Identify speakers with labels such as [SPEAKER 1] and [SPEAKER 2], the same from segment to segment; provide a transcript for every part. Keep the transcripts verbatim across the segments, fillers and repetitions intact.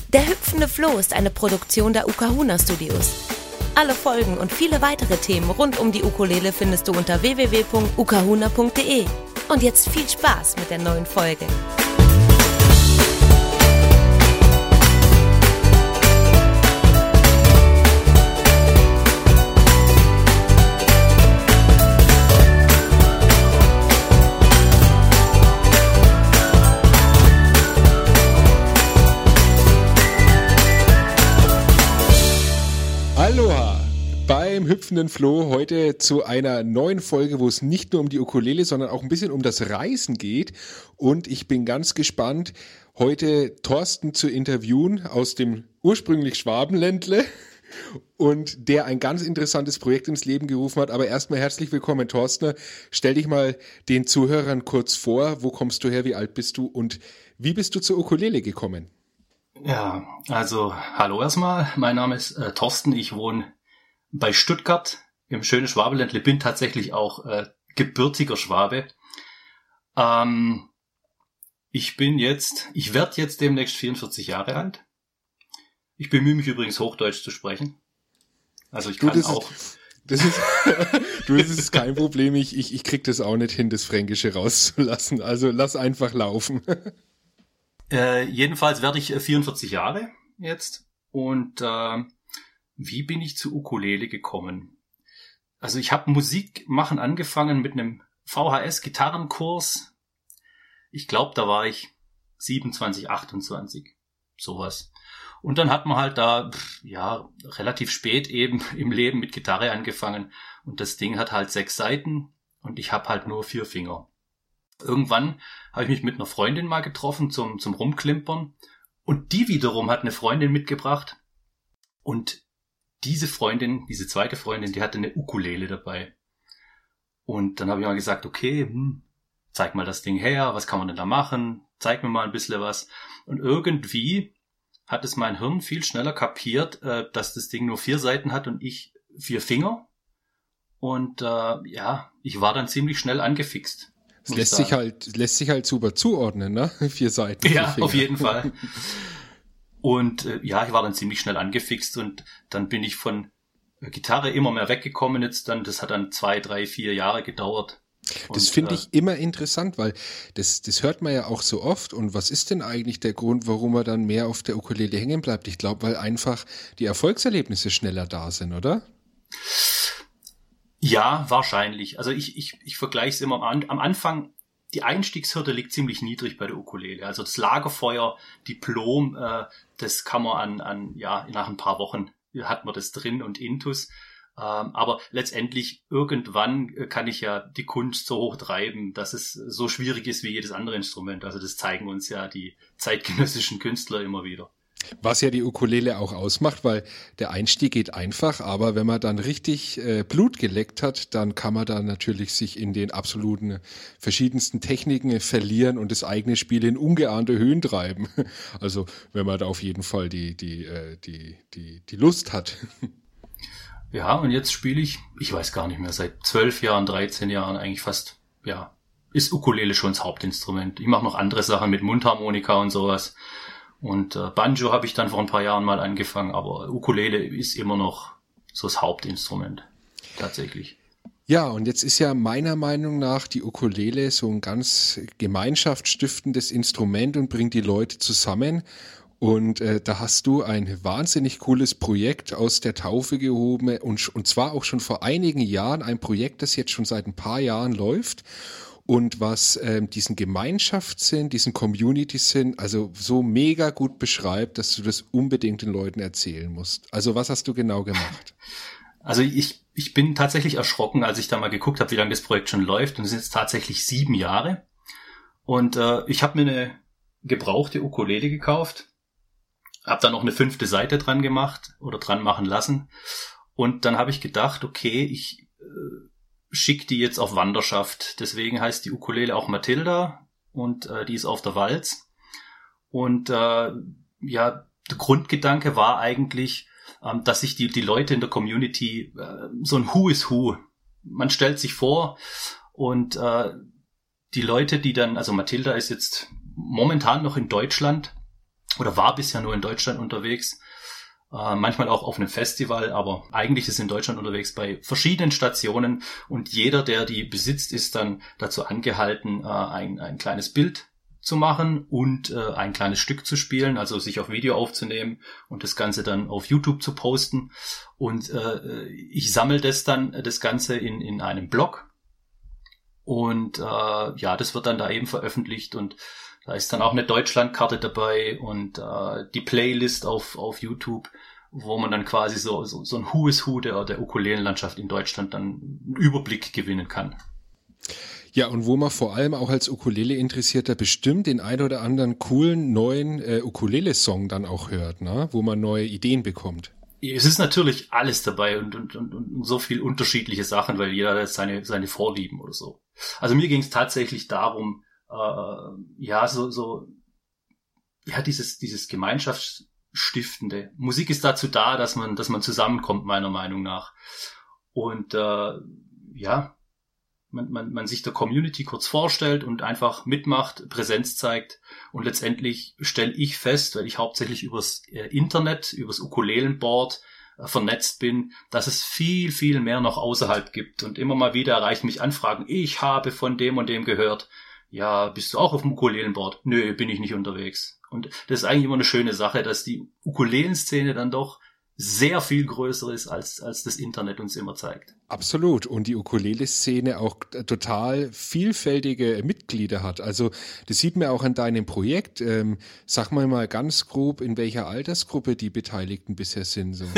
[SPEAKER 1] Der hüpfende Floh ist eine Produktion der Ukahuna Studios. Alle Folgen und viele weitere Themen rund um die Ukulele findest du unter w w w punkt ukahuna punkt d e. Und jetzt viel Spaß mit der neuen Folge.
[SPEAKER 2] Aloha! Beim hüpfenden Floh heute zu einer neuen Folge, wo es nicht nur um die Ukulele, sondern auch ein bisschen um das Reisen geht. Und ich bin ganz gespannt, heute Thorsten zu interviewen aus dem ursprünglich Schwabenländle und der ein ganz interessantes Projekt ins Leben gerufen hat. Aber erstmal herzlich willkommen, Thorsten. Stell dich mal den Zuhörern kurz vor. Wo kommst du her? Wie alt bist du? Und wie bist du zur Ukulele gekommen?
[SPEAKER 3] Ja, also hallo erstmal, mein Name ist äh, Thorsten, ich wohne bei Stuttgart im schönen Schwabenländle, bin tatsächlich auch äh, gebürtiger Schwabe. Ähm, ich bin jetzt, ich werde jetzt demnächst vierundvierzig Jahre alt. Ich bemühe mich übrigens Hochdeutsch zu sprechen. Also ich kann
[SPEAKER 2] du, das
[SPEAKER 3] auch...
[SPEAKER 2] Ist, das ist, du, das ist kein Problem, ich, ich, ich krieg das auch nicht hin, das Fränkische rauszulassen, also lass einfach laufen.
[SPEAKER 3] Äh, jedenfalls werde ich vierundvierzig Jahre jetzt und äh, wie bin ich zu Ukulele gekommen? Also ich habe Musik machen angefangen mit einem V H S-Gitarrenkurs. Ich glaube, da war ich siebenundzwanzig, achtundzwanzig, sowas. Und dann hat man halt da ja relativ spät eben im Leben mit Gitarre angefangen und das Ding hat halt sechs Saiten und ich habe halt nur vier Finger. Irgendwann habe ich mich mit einer Freundin mal getroffen zum, zum Rumklimpern und die wiederum hat eine Freundin mitgebracht und diese Freundin, diese zweite Freundin, die hatte eine Ukulele dabei. Und dann habe ich mal gesagt, okay, hm, zeig mal das Ding her, was kann man denn da machen? Zeig mir mal ein bisschen was. Und irgendwie hat es mein Hirn viel schneller kapiert, äh, dass das Ding nur vier Saiten hat und ich vier Finger. Und äh, ja, ich war dann ziemlich schnell angefixt.
[SPEAKER 2] Es lässt sich halt, lässt sich halt super zuordnen, ne? Vier Seiten. Vier
[SPEAKER 3] ja,
[SPEAKER 2] Finger.
[SPEAKER 3] Auf jeden Fall. Und äh, ja, ich war dann ziemlich schnell angefixt und dann bin ich von äh, Gitarre immer mehr weggekommen jetzt dann. Das hat dann zwei, drei, vier Jahre gedauert.
[SPEAKER 2] Das finde ich äh, immer interessant, weil das, das hört man ja auch so oft. Und was ist denn eigentlich der Grund, warum man dann mehr auf der Ukulele hängen bleibt? Ich glaube, weil einfach die Erfolgserlebnisse schneller da sind, oder?
[SPEAKER 3] Ja, wahrscheinlich. Also ich, ich, ich vergleiche es immer am, am Anfang. Die Einstiegshürde liegt ziemlich niedrig bei der Ukulele. Also das Lagerfeuer, Diplom, äh, das kann man an, an, ja, nach ein paar Wochen hat man das drin und intus. Ähm, aber letztendlich irgendwann kann ich ja die Kunst so hoch treiben, dass es so schwierig ist wie jedes andere Instrument. Also das zeigen uns ja die zeitgenössischen Künstler immer wieder.
[SPEAKER 2] Was ja die Ukulele auch ausmacht, weil der Einstieg geht einfach, aber wenn man dann richtig äh, Blut geleckt hat, dann kann man da natürlich sich in den absoluten verschiedensten Techniken verlieren und das eigene Spiel in ungeahnte Höhen treiben. Also wenn man da auf jeden Fall die die äh, die die die Lust hat.
[SPEAKER 3] Ja, und jetzt spiele ich, ich weiß gar nicht mehr, seit zwölf Jahren, dreizehn Jahren eigentlich fast, ja, ist Ukulele schon das Hauptinstrument. Ich mache noch andere Sachen mit Mundharmonika und sowas. Und äh, Banjo habe ich dann vor ein paar Jahren mal angefangen, aber Ukulele ist immer noch so das Hauptinstrument, tatsächlich.
[SPEAKER 2] Ja, und jetzt ist ja meiner Meinung nach die Ukulele so ein ganz gemeinschaftsstiftendes Instrument und bringt die Leute zusammen. Und äh, da hast du ein wahnsinnig cooles Projekt aus der Taufe gehoben und, und zwar auch schon vor einigen Jahren, ein Projekt, das jetzt schon seit ein paar Jahren läuft. Und was ähm, diesen Gemeinschaftssinn, diesen Community-Sinn, also so mega gut beschreibt, dass du das unbedingt den Leuten erzählen musst. Also was hast du genau gemacht?
[SPEAKER 3] Also ich ich bin tatsächlich erschrocken, als ich da mal geguckt habe, wie lange das Projekt schon läuft. Und es sind jetzt tatsächlich sieben Jahre. Und äh, ich habe mir eine gebrauchte Ukulele gekauft, habe da noch eine fünfte Seite dran gemacht oder dran machen lassen. Und dann habe ich gedacht, okay, ich... Äh, schick die jetzt auf Wanderschaft. Deswegen heißt die Ukulele auch Matilda und äh, die ist auf der Walz. Und äh, ja, der Grundgedanke war eigentlich, ähm, dass sich die die Leute in der Community äh, so ein Who is Who. Man stellt sich vor und äh, die Leute, die dann, also Matilda ist jetzt momentan noch in Deutschland oder war bisher nur in Deutschland unterwegs. Äh, manchmal auch auf einem Festival, aber eigentlich ist in Deutschland unterwegs bei verschiedenen Stationen und jeder, der die besitzt, ist dann dazu angehalten, äh, ein, ein kleines Bild zu machen und äh, ein kleines Stück zu spielen, also sich auf Video aufzunehmen und das Ganze dann auf YouTube zu posten. Und äh, ich sammle das dann, das Ganze in, in einem Blog und äh, ja, das wird dann da eben veröffentlicht und da ist dann auch eine Deutschlandkarte dabei und äh, die Playlist auf auf YouTube, wo man dann quasi so so, so ein Who is Who der, der Ukulelenlandschaft in Deutschland dann einen Überblick gewinnen kann.
[SPEAKER 2] Ja, und wo man vor allem auch als Ukulele-Interessierter bestimmt den ein oder anderen coolen neuen äh, Ukulele-Song dann auch hört, ne? Wo man neue Ideen bekommt.
[SPEAKER 3] Es ist natürlich alles dabei und, und, und, und so viel unterschiedliche Sachen, weil jeder hat seine seine Vorlieben oder so. Also mir ging es tatsächlich darum, Uh, ja, so, so, ja, dieses, dieses Gemeinschaftsstiftende. Musik ist dazu da, dass man, dass man zusammenkommt, meiner Meinung nach. Und, uh, ja, man, man, man sich der Community kurz vorstellt und einfach mitmacht, Präsenz zeigt. Und letztendlich stelle ich fest, weil ich hauptsächlich übers äh, Internet, übers Ukulelenboard äh, vernetzt bin, dass es viel, viel mehr noch außerhalb gibt. Und immer mal wieder erreichen mich Anfragen, ich habe von dem und dem gehört. Ja, bist du auch auf dem Ukulelenboard? Nö, bin ich nicht unterwegs. Und das ist eigentlich immer eine schöne Sache, dass die Ukulelenszene dann doch sehr viel größer ist, als als das Internet uns immer zeigt.
[SPEAKER 2] Absolut. Und die Ukulele-Szene auch total vielfältige Mitglieder hat. Also das sieht man auch an deinem Projekt. Ähm, sag mal mal ganz grob, in welcher Altersgruppe die Beteiligten bisher sind. So.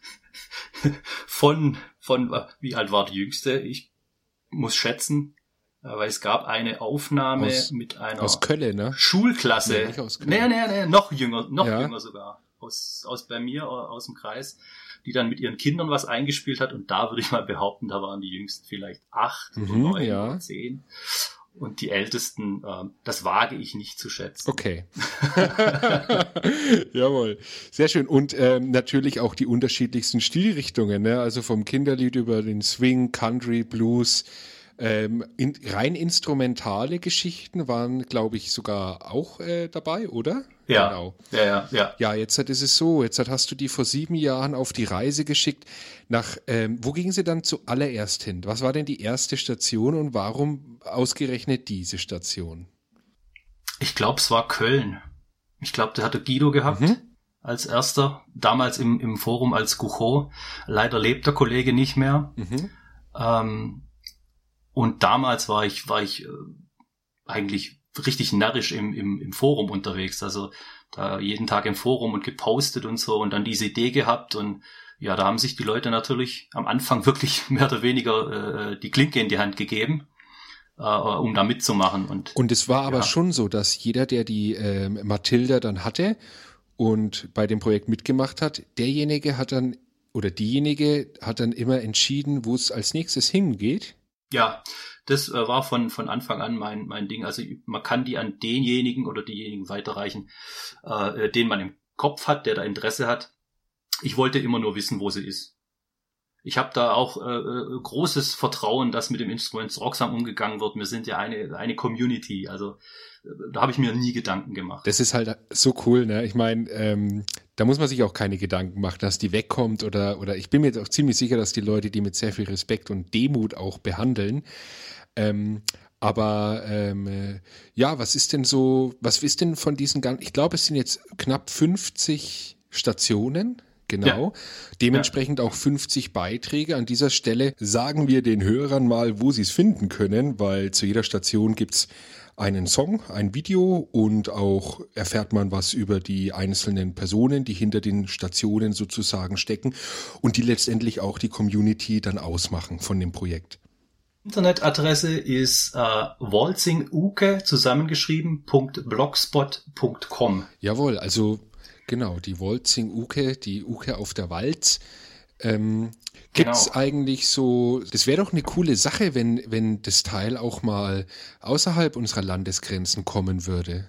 [SPEAKER 3] von, von, wie alt war die Jüngste? Ich muss schätzen, weil es gab eine Aufnahme
[SPEAKER 2] aus,
[SPEAKER 3] mit einer
[SPEAKER 2] aus Köln, ne?
[SPEAKER 3] Schulklasse.
[SPEAKER 2] Nee, nicht aus Köln.
[SPEAKER 3] Nee, nee, nee, noch jünger, noch
[SPEAKER 2] ja.
[SPEAKER 3] jünger sogar. Aus, aus bei mir, aus dem Kreis, die dann mit ihren Kindern was eingespielt hat. Und da würde ich mal behaupten, da waren die Jüngsten vielleicht acht
[SPEAKER 2] mhm,
[SPEAKER 3] oder neun
[SPEAKER 2] ja.
[SPEAKER 3] oder zehn. Und die Ältesten, ähm, das wage ich nicht zu schätzen.
[SPEAKER 2] Okay. Jawohl. Sehr schön. Und ähm, natürlich auch die unterschiedlichsten Stilrichtungen, ne? Also vom Kinderlied über den Swing, Country, Blues. Ähm, in, rein instrumentale Geschichten waren, glaube ich, sogar auch äh, dabei, oder?
[SPEAKER 3] Ja,
[SPEAKER 2] genau.
[SPEAKER 3] ja, ja, ja.
[SPEAKER 2] Ja, jetzt ist es so, jetzt hast du die vor sieben Jahren auf die Reise geschickt. Nach, ähm, wo gingen sie dann zuallererst hin? Was war denn die erste Station und warum ausgerechnet diese Station?
[SPEAKER 3] Ich glaube, es war Köln. Ich glaube, der hatte Guido gehabt. Mhm. Als erster, damals im, im Forum als Gucho. Leider lebt der Kollege nicht mehr. Mhm. Ähm, Und damals war ich, war ich äh, eigentlich richtig narrisch im, im, im Forum unterwegs. Also da jeden Tag im Forum und gepostet und so und dann diese Idee gehabt. Und ja, da haben sich die Leute natürlich am Anfang wirklich mehr oder weniger äh, die Klinke in die Hand gegeben, äh, um da mitzumachen. Und,
[SPEAKER 2] und es war aber
[SPEAKER 3] ja.
[SPEAKER 2] schon so, dass jeder, der die äh, Mathilda dann hatte und bei dem Projekt mitgemacht hat, derjenige hat dann, oder diejenige hat dann immer entschieden, wo es als nächstes hingeht.
[SPEAKER 3] Ja, das äh, war von von Anfang an mein mein Ding. Also man kann die an denjenigen oder diejenigen weiterreichen, äh, den man im Kopf hat, der da Interesse hat. Ich wollte immer nur wissen, wo sie ist. Ich habe da auch äh, großes Vertrauen, dass mit dem Instrument sorgsam umgegangen wird. Wir sind ja eine eine Community, also äh, da habe ich mir nie Gedanken gemacht.
[SPEAKER 2] Das ist halt so cool, ne? Ich meine, ähm, da muss man sich auch keine Gedanken machen, dass die wegkommt oder oder ich bin mir jetzt auch ziemlich sicher, dass die Leute die mit sehr viel Respekt und Demut auch behandeln. Ähm, aber ähm, äh, ja, was ist denn so, was ist denn von diesen ganzen, ich glaube, es sind jetzt knapp fünfzig Stationen. Genau, ja. Dementsprechend ja. auch fünfzig Beiträge. An dieser Stelle sagen wir den Hörern mal, wo sie es finden können, weil zu jeder Station gibt's einen Song, ein Video und auch erfährt man was über die einzelnen Personen, die hinter den Stationen sozusagen stecken und die letztendlich auch die Community dann ausmachen von dem Projekt.
[SPEAKER 3] Internetadresse ist äh, walzinguke zusammengeschrieben .blogspot punkt com.
[SPEAKER 2] Jawohl, also genau, die Walzing-Uke, die Uke auf der Walz. Ähm, gibt's genau. eigentlich so, das wäre doch eine coole Sache, wenn, wenn das Teil auch mal außerhalb unserer Landesgrenzen kommen würde.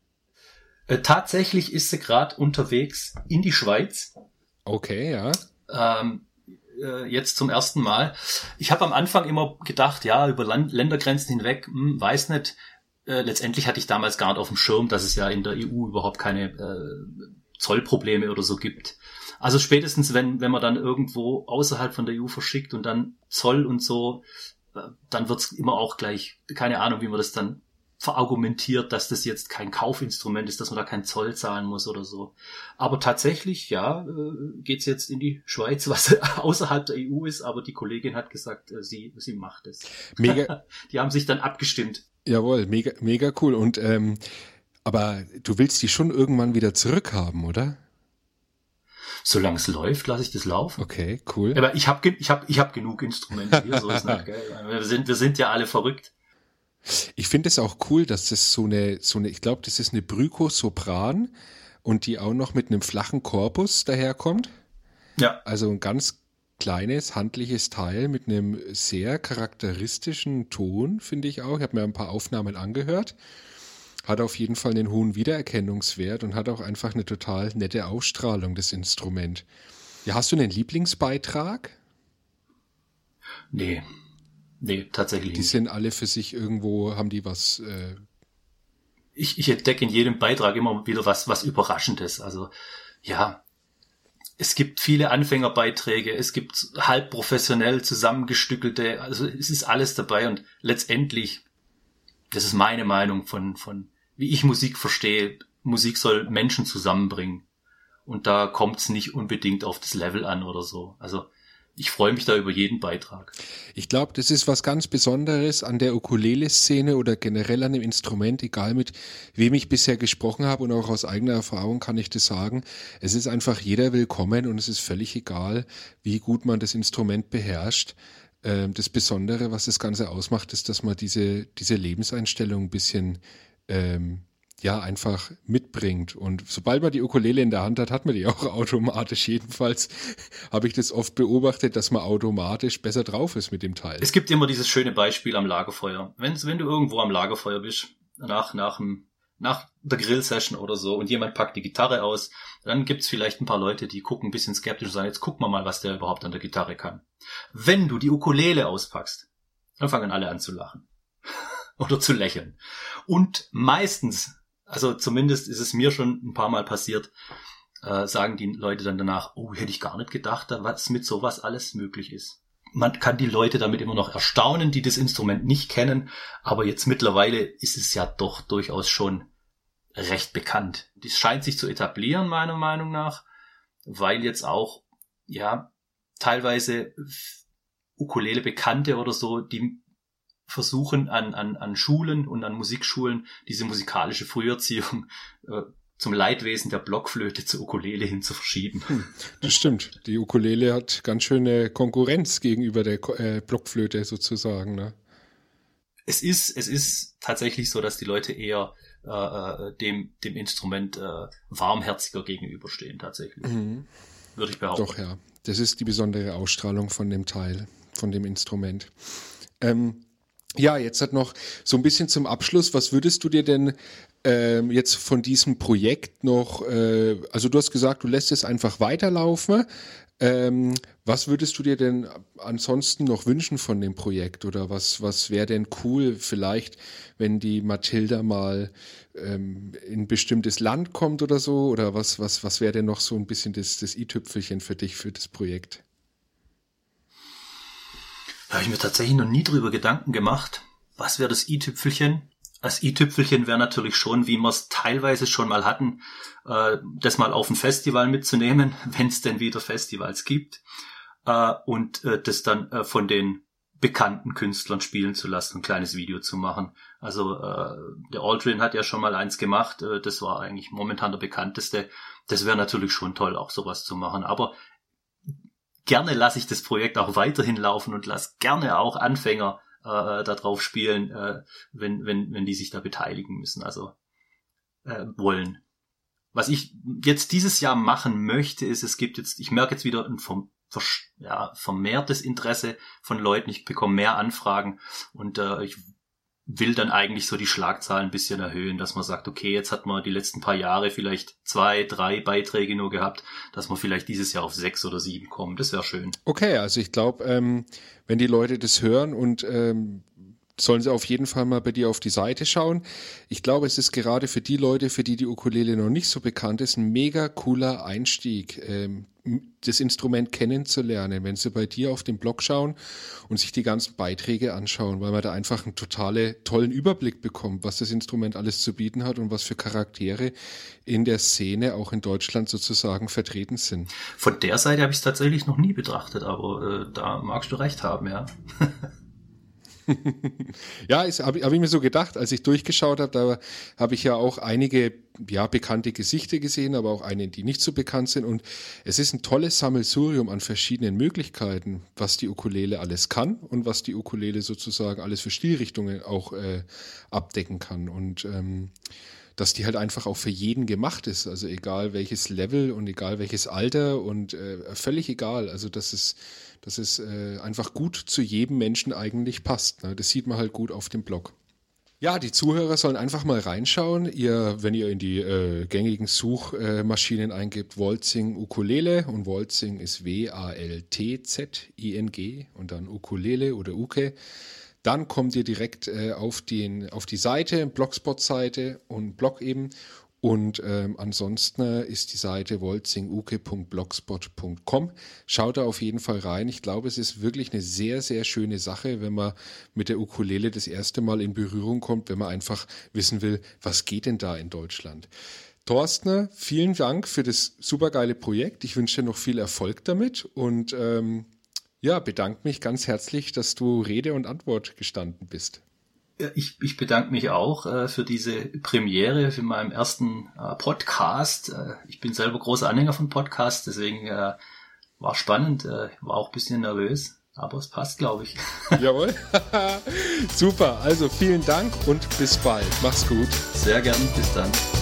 [SPEAKER 3] Äh, tatsächlich ist sie gerade unterwegs in die Schweiz.
[SPEAKER 2] Okay, ja.
[SPEAKER 3] Ähm, äh, jetzt zum ersten Mal. Ich habe am Anfang immer gedacht, ja, über Land- Ländergrenzen hinweg, hm, weiß nicht, äh, letztendlich hatte ich damals gar nicht auf dem Schirm, dass es ja in der E U überhaupt keine äh, Zollprobleme oder so gibt. Also spätestens, wenn wenn man dann irgendwo außerhalb von der E U verschickt und dann Zoll und so, äh, dann wird's immer auch gleich, keine Ahnung, wie man das dann verargumentiert, dass das jetzt kein Kaufinstrument ist, dass man da keinen Zoll zahlen muss oder so. Aber tatsächlich, ja, äh, geht's jetzt in die Schweiz, was außerhalb der E U ist, aber die Kollegin hat gesagt, äh, sie sie macht es.
[SPEAKER 2] Mega.
[SPEAKER 3] Die haben sich dann abgestimmt.
[SPEAKER 2] Jawohl, mega, mega cool. Und ähm, aber du willst die schon irgendwann wieder zurückhaben, oder?
[SPEAKER 3] Solange es läuft, lasse ich das laufen.
[SPEAKER 2] Okay, cool.
[SPEAKER 3] Aber ich habe ich hab, ich hab genug Instrumente hier, so ist nicht, gell? Wir sind, wir sind ja alle verrückt.
[SPEAKER 2] Ich finde es auch cool, dass das so eine, so eine, ich glaube, das ist eine Bryco-Sopran und die auch noch mit einem flachen Korpus daherkommt.
[SPEAKER 3] Ja.
[SPEAKER 2] Also ein ganz kleines, handliches Teil mit einem sehr charakteristischen Ton, finde ich auch. Ich habe mir ein paar Aufnahmen angehört. Hat auf jeden Fall einen hohen Wiedererkennungswert und hat auch einfach eine total nette Ausstrahlung, das Instrument. Ja, hast du einen Lieblingsbeitrag?
[SPEAKER 3] Nee. Nee, tatsächlich
[SPEAKER 2] Die
[SPEAKER 3] nicht.
[SPEAKER 2] sind alle für sich irgendwo, haben die was... Äh
[SPEAKER 3] ich, ich entdecke in jedem Beitrag immer wieder was, was Überraschendes. Also, ja, es gibt viele Anfängerbeiträge, es gibt halb professionell zusammengestückelte, also es ist alles dabei und letztendlich, das ist meine Meinung von, von, wie ich Musik verstehe, Musik soll Menschen zusammenbringen. Und da kommt es nicht unbedingt auf das Level an oder so. Also, ich freue mich da über jeden Beitrag.
[SPEAKER 2] Ich glaube, das ist was ganz Besonderes an der Ukulele-Szene oder generell an dem Instrument, egal mit wem ich bisher gesprochen habe und auch aus eigener Erfahrung kann ich das sagen. Es ist einfach jeder willkommen und es ist völlig egal, wie gut man das Instrument beherrscht. Das Besondere, was das Ganze ausmacht, ist, dass man diese, diese Lebenseinstellung ein bisschen ähm, ja, einfach mitbringt. Und sobald man die Ukulele in der Hand hat, hat man die auch automatisch. Jedenfalls habe ich das oft beobachtet, dass man automatisch besser drauf ist mit dem Teil.
[SPEAKER 3] Es gibt immer dieses schöne Beispiel am Lagerfeuer. Wenn, wenn du irgendwo am Lagerfeuer bist, nach, nach, dem, nach der Grill-Session oder so, und jemand packt die Gitarre aus, dann gibt's vielleicht ein paar Leute, die gucken ein bisschen skeptisch und sagen, jetzt gucken wir mal, was der überhaupt an der Gitarre kann. Wenn du die Ukulele auspackst, dann fangen alle an zu lachen. Oder zu lächeln. Und meistens, also zumindest ist es mir schon ein paar Mal passiert, äh, sagen die Leute dann danach, oh, hätte ich gar nicht gedacht, was mit sowas alles möglich ist. Man kann die Leute damit immer noch erstaunen, die das Instrument nicht kennen, aber jetzt mittlerweile ist es ja doch durchaus schon recht bekannt. Das scheint sich zu etablieren, meiner Meinung nach, weil jetzt auch, ja, teilweise Ukulele-Bekannte oder so, die versuchen an, an, an Schulen und an Musikschulen diese musikalische Früherziehung äh, zum Leidwesen der Blockflöte zur Ukulele hin zu verschieben.
[SPEAKER 2] Hm, das stimmt. Die Ukulele hat ganz schöne Konkurrenz gegenüber der äh, Blockflöte sozusagen, ne?
[SPEAKER 3] Es ist, es ist tatsächlich so, dass die Leute eher äh, dem, dem Instrument äh, warmherziger gegenüberstehen, tatsächlich. Mhm. Würde ich behaupten.
[SPEAKER 2] Doch, ja. Das ist die besondere Ausstrahlung von dem Teil, von dem Instrument. Ähm, Ja, jetzt hat noch so ein bisschen zum Abschluss, was würdest du dir denn ähm, jetzt von diesem Projekt noch, äh, also du hast gesagt, du lässt es einfach weiterlaufen. Ähm, was würdest du dir denn ansonsten noch wünschen von dem Projekt oder was, was wäre denn cool vielleicht, wenn die Mathilda mal ähm, in ein bestimmtes Land kommt oder so, oder was, was, was wäre denn noch so ein bisschen das, das i-Tüpfelchen für dich, für das Projekt?
[SPEAKER 3] Da habe ich mir tatsächlich noch nie drüber Gedanken gemacht. Was wäre das i-Tüpfelchen? Das i-Tüpfelchen wäre natürlich schon, wie wir es teilweise schon mal hatten, äh, das mal auf ein Festival mitzunehmen, wenn es denn wieder Festivals gibt, äh, und äh, das dann äh, von den bekannten Künstlern spielen zu lassen, ein kleines Video zu machen. Also äh, der Aldrin hat ja schon mal eins gemacht, äh, das war eigentlich momentan der bekannteste. Das wäre natürlich schon toll, auch sowas zu machen. Aber gerne lasse ich das Projekt auch weiterhin laufen und lasse gerne auch Anfänger äh, da drauf spielen, äh, wenn, wenn, wenn die sich da beteiligen müssen, also äh, wollen. Was ich jetzt dieses Jahr machen möchte, ist, es gibt jetzt, ich merke jetzt wieder ein vom, ja, vermehrtes Interesse von Leuten, ich bekomme mehr Anfragen und äh, ich will dann eigentlich so die Schlagzahlen ein bisschen erhöhen, dass man sagt, okay, jetzt hat man die letzten paar Jahre vielleicht zwei, drei Beiträge nur gehabt, dass man vielleicht dieses Jahr auf sechs oder sieben kommt. Das wäre schön.
[SPEAKER 2] Okay, also ich glaube, ähm, wenn die Leute das hören und ähm, sollen sie auf jeden Fall mal bei dir auf die Seite schauen. Ich glaube, es ist gerade für die Leute, für die die Ukulele noch nicht so bekannt ist, ein mega cooler Einstieg, ähm, das Instrument kennenzulernen, wenn sie bei dir auf den Blog schauen und sich die ganzen Beiträge anschauen, weil man da einfach einen total tollen Überblick bekommt, was das Instrument alles zu bieten hat und was für Charaktere in der Szene auch in Deutschland sozusagen vertreten sind.
[SPEAKER 3] Von der Seite habe ich es tatsächlich noch nie betrachtet, aber äh, da magst du recht haben, ja.
[SPEAKER 2] Ja, habe hab ich mir so gedacht, als ich durchgeschaut habe, da habe ich ja auch einige ja, bekannte Gesichter gesehen, aber auch einige, die nicht so bekannt sind. Und es ist ein tolles Sammelsurium an verschiedenen Möglichkeiten, was die Ukulele alles kann und was die Ukulele sozusagen alles für Stilrichtungen auch äh, abdecken kann. Und ähm, dass die halt einfach auch für jeden gemacht ist, also egal welches Level und egal welches Alter und äh, völlig egal, also dass es, dass es äh, einfach gut zu jedem Menschen eigentlich passt, ne? Das sieht man halt gut auf dem Blog. Ja, die Zuhörer sollen einfach mal reinschauen, ihr, wenn ihr in die äh, gängigen Suchmaschinen äh, eingibt, Waltzing Ukulele, und Waltzing ist W A L T Z I N G und dann Ukulele oder Uke. Dann kommt ihr direkt äh, auf, den, auf die Seite, Blogspot-Seite und Blog eben. Und ähm, ansonsten ist die Seite waltzinguke punkt blogspot punkt com. Schaut da auf jeden Fall rein. Ich glaube, es ist wirklich eine sehr, sehr schöne Sache, wenn man mit der Ukulele das erste Mal in Berührung kommt, wenn man einfach wissen will, was geht denn da in Deutschland. Thorsten, vielen Dank für das supergeile Projekt. Ich wünsche dir noch viel Erfolg damit und ähm, ja, bedanke mich ganz herzlich, dass du Rede und Antwort gestanden bist.
[SPEAKER 3] Ich, ich bedanke mich auch äh, für diese Premiere, für meinen ersten äh, Podcast. Äh, ich bin selber großer Anhänger von Podcasts, deswegen äh, war spannend, äh, war auch ein bisschen nervös, aber es passt, glaube ich.
[SPEAKER 2] Jawohl. Super, also vielen Dank und bis bald. Mach's gut.
[SPEAKER 3] Sehr gern, bis dann.